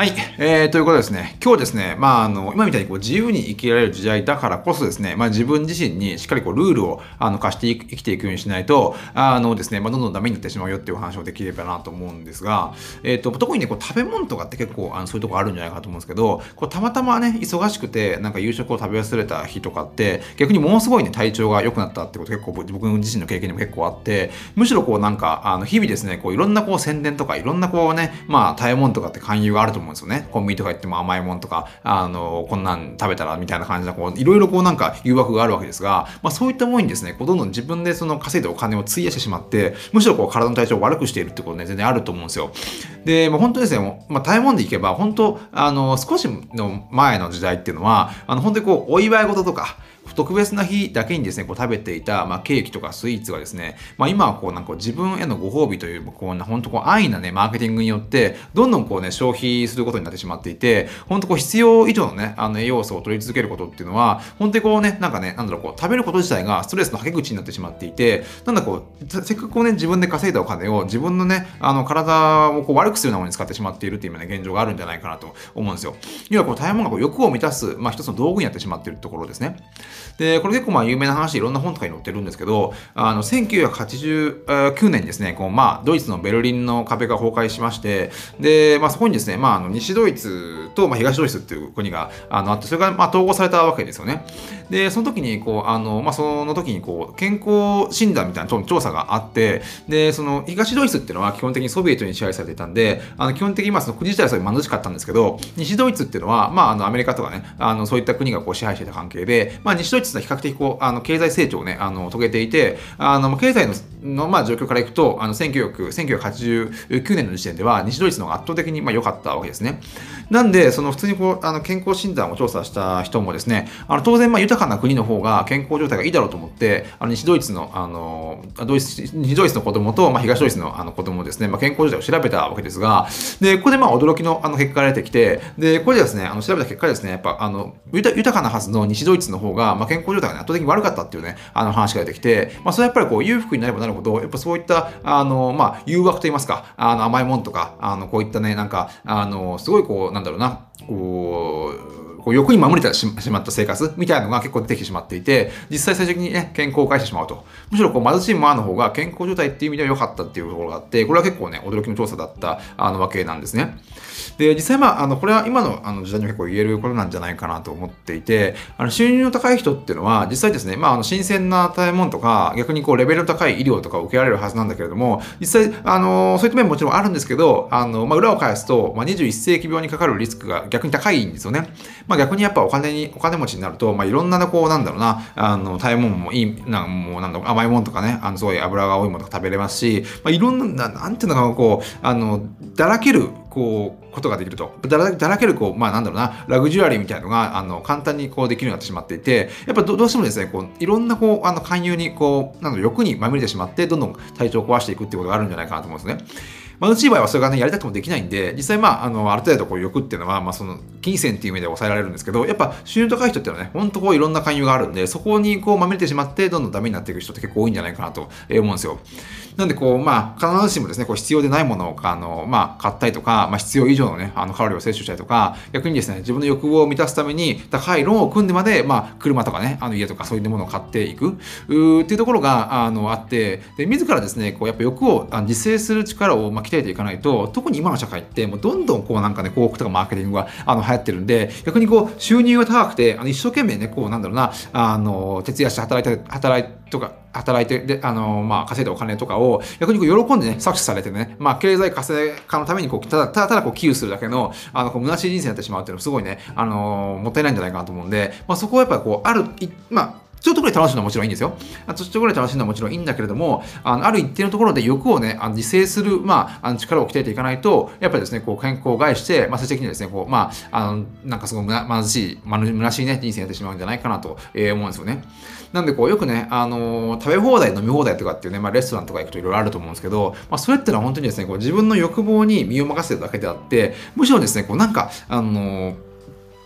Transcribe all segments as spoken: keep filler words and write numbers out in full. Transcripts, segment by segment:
はい、えー、ということでですね、今日ですね、まあ、あの今みたいにこう自由に生きられる時代だからこそですね、まあ、自分自身にしっかりこうルールをあの課していく生きていくようにしないと、あのですね、まあ、どんどんダメになってしまうよっていう話をできればなと思うんですが、えー、と特にね、こう食べ物とかって結構あのそういうとこあるんじゃないかと思うんですけど、こうたまたまね、忙しくてなんか夕食を食べ忘れた日とかって、逆にものすごいね、体調が良くなったってこと結構僕自身の経験にも結構あって、むしろこうなんかあの日々ですね、こういろんなこう宣伝とかいろんなこうね、まあ食べ物とかって勧誘があると思うんですよね。コンビニとか行っても甘いもんとか、あの、こんなん食べたらみたいな感じで、こう、いろいろこうなんか誘惑があるわけですが、まあそういったものにですね、こうどんどん自分でその稼いだお金を費やしてしまって、むしろこう体の体調を悪くしているってことね、全然あると思うんですよ。で、まあ本当ですね、まあ食べ物でいけば、本当、あの、少しの前の時代っていうのは、あの、本当にこう、お祝い事とか、特別な日だけにですね、こう食べていた、まあ、ケーキとかスイーツがですね、まあ、今はこうなんか自分へのご褒美という、こうな本当こう安易なね、マーケティングによって、どんどんこうね、消費することになってしまっていて、本当こう必要以上のね、あの栄養素を取り続けることっていうのは、本当にこうね、なんかね、なんだろう、こう食べること自体がストレスのはけ口になってしまっていて、なんだこう、せっかくこうね、自分で稼いだお金を自分のね、あの体をこう悪くするようなものに使ってしまっているっていうね、現状があるんじゃないかなと思うんですよ。要はこう食べ物がこう欲を満たす、まあ一つの道具になってしまっているところですね。で、これ結構まあ有名な話でいろんな本とかに載ってるんですけど、あのせんきゅうひゃくはちじゅうきゅうねんにですね、こうまあドイツのベルリンの壁が崩壊しまして、で、まあそこにですね、まああの西ドイツとまあ東ドイツっていう国があのあって、それがまあ統合されたわけですよね。で、その時にこうあのまあその時にこう健康診断みたいな調査があって、で、その東ドイツっていうのは基本的にソビエトに支配されていたんで、あの基本的にまあその国自体はすごい貧しかったんですけど、西ドイツっていうのはまああのアメリカとかね、あのそういった国がこう支配していた関係で、まあ西ドイツは比較的こうあの経済成長をね、あの遂げていて、あの経済のの、まあ、状況からいくと、あのせんきゅうひゃく、せんきゅうひゃくはちじゅうきゅうねんの時点では西ドイツの方が圧倒的にまあ良かったわけですね。なんで、その普通にこうあの健康診断を調査した人もですね、あの当然まあ豊かな国の方が健康状態がいいだろうと思って、あの西ドイツのあのドイツ西ドイツの子供と、まあ、東ドイツのあの子供ですね、まあ、健康状態を調べたわけですが、でここでまあ驚きのあの結果が出てきて、でこれでですね、あの調べた結果ですね、やっぱあの豊かなはずの西ドイツの方が、まあ、健康状態が、ね、圧倒的に悪かったっていうね、あの話が出てきて、まあ、それはやっぱりこう裕福になればなるほど、やっぱそういったあの、まあ、誘惑といいますか、あの甘いもんとか、あのこういったね、なんかあのすごいこうなんだろうな、こう。こう欲に守れてしまった生活みたいなのが結構出てきてしまっていて、実際最終的にね、健康を害してしまうと。むしろこう貧しいマーの方が健康状態っていう意味では良かったっていうところがあって、これは結構ね、驚きの調査だったあのわけなんですね。で、実際まあ、あのこれは今のあの時代にも結構言えることなんじゃないかなと思っていて、あの収入の高い人っていうのは、実際ですね、まあ、あの新鮮な食べ物とか、逆にこうレベルの高い医療とかを受けられるはずなんだけれども、実際、あのそういった面ももちろんあるんですけど、あのまあ、裏を返すと、まあ、にじゅういっ世紀病にかかるリスクが逆に高いんですよね。まあ、逆にやっぱお金に、お金持ちになると、まあ、いろんなね、こう、なんだろうな、あの、食べ物もいい、なんもう、なんだろう、甘いものとかね、あの、すごい油が多いものとか食べれますし、まあ、いろんな、なんていうのかな、こう、あの、だらける、こう、ことができると。だらだらける、こう、まあ、なんだろうな、ラグジュアリーみたいなのが、あの、簡単にこう、できるようになってしまっていて、やっぱどどうしてもですね、こう、いろんな、こう、あの、勧誘に、こう、なんだろう、欲にまみれてしまって、どんどん体調を壊していくっていうことがあるんじゃないかなと思うんですね。貧しい場合はそれがね、やりたくてもできないんで、実際まあ、あの、ある程度こう欲っていうのは、まあその、金銭っていう意味で抑えられるんですけど、やっぱ収入高い人っていうのはね、ほんとこういろんな勧誘があるんで、そこにこうまみれてしまって、どんどんダメになっていく人って結構多いんじゃないかなと思うんですよ。なんでこう、まあ、必ずしもですね、こう必要でないものを、あの、まあ、買ったりとか、まあ、必要以上のね、あの、カロリーを摂取したりとか、逆にですね、自分の欲望を満たすために、高いローンを組んでまで、まあ、車とかね、あの、家とかそういうものを買っていく、うーっていうところが、あの、あって、で、自らですね、こう、やっぱ欲をあの自制する力を、まあ、鍛えていかないと、特に今の社会って、もうどんどんこう、なんかね、広告とかマーケティングが、あの、流行ってるんで、逆にこう、収入が高くて、あの、一生懸命ね、こう、なんだろうな、あの、徹夜して働いて、働いて、とか、働いて、で、あの、まあ、稼いだお金とかを、逆にこう喜んでね、搾取されてね、まあ、経済活性化のために、こう、ただ、ただただこう、寄与するだけの、あの、こう、虚しい人生になってしまうっていうのは、すごいね、あの、もったいないんじゃないかなと思うんで、まあ、そこはやっぱこう、ある、いまあ、ちょっとぐらい楽しいのはもちろんいいんですよ。ちょっとぐらい楽しいのはもちろんいいんだけれども、あのある一定のところで欲をね、あの自制する、まあ、あの力を鍛えていかないと、やっぱりですね、こう健康を害して、まあ、最終的にはですね、こう、まあ、あの、なんかすごい貧しい、虚しいね、人生になってしまうんじゃないかなと、えー、思うんですよね。なんでこう、よくね、あのー、食べ放題、飲み放題とかっていうね、まあ、レストランとか行くといろいろあると思うんですけど、まあ、それってのは本当にですね、こう自分の欲望に身を任せてるだけであって、むしろですね、こうなんか、あのー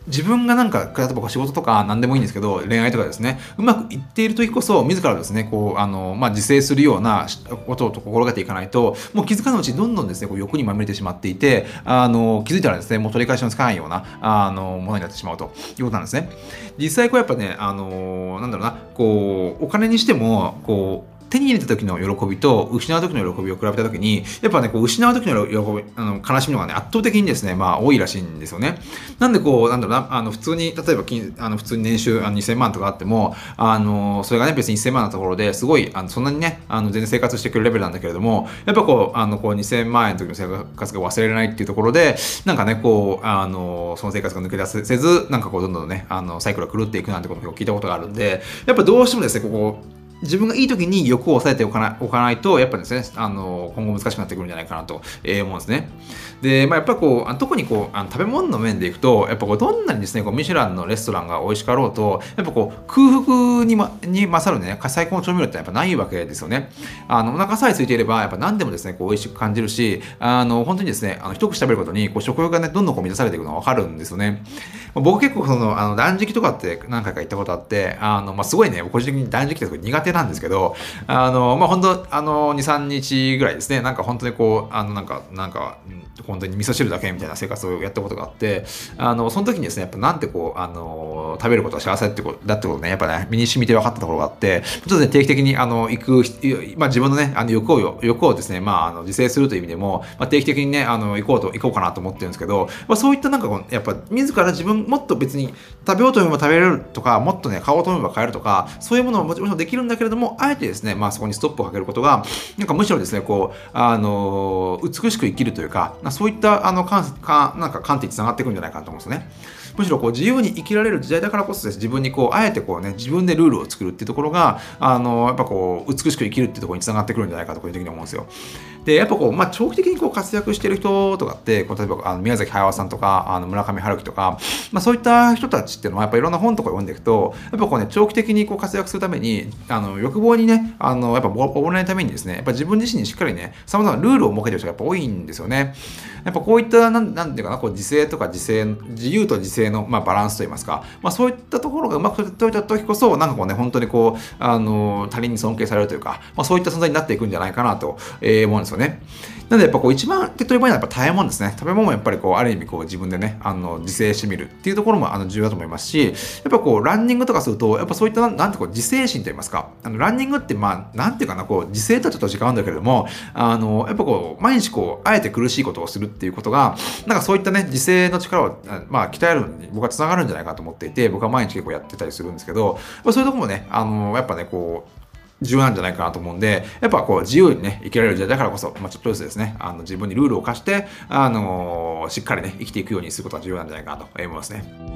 自分がなんか、例えば仕事とか何でもいいんですけど、恋愛とかですね、うまくいっている時こそ、自らですね、こう、あの、まあ、自制するようなことを心がけていかないと、もう気づかぬうちにどんどんですね、こう欲にまみれてしまっていて、あの、気づいたらですね、もう取り返しのつかないような、あの、ものになってしまうということなんですね。実際こうやっぱね、あの、なんだろうな、こう、お金にしても、こう、手に入れた時の喜びと失う時の喜びを比べた時に、やっぱね、こう失う時の喜び、あの悲しみの方がね、圧倒的にですね、まあ多いらしいんですよね。なんでこう、なんだろうな、あの普通に、例えば金、あの普通に年収あのにせんまんとかあっても、あの、それがね、別にせんまんのところですごい、あのそんなにね、あの全然生活してくれるレベルなんだけれども、やっぱこう、あのこうにせんまん円の時の生活が忘れられないっていうところで、なんかね、こう、あの、その生活が抜け出せず、なんかこう、どんどんね、あの、サイクルが狂っていくなんてことを聞いたことがあるんで、やっぱどうしてもですね、ここ、自分がいい時に欲を抑えておかないおかないと、やっぱりですね、あの、今後難しくなってくるんじゃないかなと、えー、思うんですね。で、まあ、やっぱこう、特にこう、あの食べ物の面でいくと、やっぱこう、どんなにですね、こうミシュランのレストランが美味しかろうと、やっぱこう、空腹に、ま、に勝るね、最高の調味料ってやっぱないわけですよね。あの、お腹さえ空いていれば、やっぱ何でもですね、こう、美味しく感じるし、あの、本当にですね、あの一口食べることに、こう、食欲がね、どんどんこう満たされていくのがわかるんですよね。僕結構その、あの、断食とかって何回か行ったことあって、あの、まあ、すごいね、個人的に断食って苦手なんですけど、あの、まあ、本当あの、に、さんにちぐらいですね、なんか本当にこう、あの、なんか、なんか、本当に味噌汁だけみたいな生活をやったことがあって、あの、その時にですね、やっぱなんてこう、あの、食べることが幸せってことだってことね、やっぱね、身に染みて分かったところがあって、ちょっとね、定期的に、あの、行く、まあ、自分のね、あの、欲を、欲をですね、まあ、あの、自制するという意味でも、まあ、定期的にね、あの、行こうと、行こうかなと思ってるんですけど、まあ、そういったなんかこう、やっぱ、自ら自分、もっと別に、食べようと思えば食べれるとか、もっとね、買おうと思えば買えるとか、そういうものももちろんできるんだけれども、あえてですね、まあ、そこにストップをかけることが、なんかむしろですね、こう、あの、美しく生きるというか、そういった、あの、観、観なんか観点につながっていくんじゃないかなと思うんですよね。むしろこう自由に生きられる時代だからこそです。自分にこう、あえてこうね、自分でルールを作るっていうところが、あの、やっぱこう、美しく生きるっていうところにつながってくるんじゃないかと個人的に思うんですよ。で、やっぱこう、まあ、長期的にこう活躍してる人とかって、こう例えばあの宮崎駿さんとか、あの村上春樹とか、まあ、そういった人たちっていうのは、やっぱいろんな本とか読んでいくと、やっぱこうね、長期的にこう活躍するために、あの欲望にね、あのやっぱ溺れないためにですね、やっぱ自分自身にしっかりね、様々なルールを設けてる人がやっぱ多いんですよね。やっぱこういったなん、なんていうかな、こう自制とか自制、自由と自制の、まあ、バランスといいますか、まあ、そういったところがうまく取れておいた時こそ、なんかこうね、本当にこう、あの他人に尊敬されるというか、まあ、そういった存在になっていくんじゃないかなと、えー、思うんですよね。なのでやっぱこう一番手っ取り早いのはやっぱ食べ物ですね。食べ物もやっぱりこうある意味こう自分でね、あの自制してみるっていうところもあの重要だと思いますし、やっぱこうランニングとかすると、やっぱそういったなんなんてこう自制心といいますか、あのランニングってまあなんていうかな、こう自制とはちょっと時間あるんだけれども、あのやっぱこう毎日こうあえて苦しいことをするっていうことが、なんかそういったね自制の力をまあ鍛えるのに僕はつながるんじゃないかと思っていて、僕は毎日結構やってたりするんですけど、そういうところもね、あのやっぱねこう重要なんじゃないかなと思うんで、やっぱこう自由にね、生きられる時代だからこそ、まあ、ちょっとずつですね、あの自分にルールを課して、あのー、しっかりね、生きていくようにすることが重要なんじゃないかなと思いますね。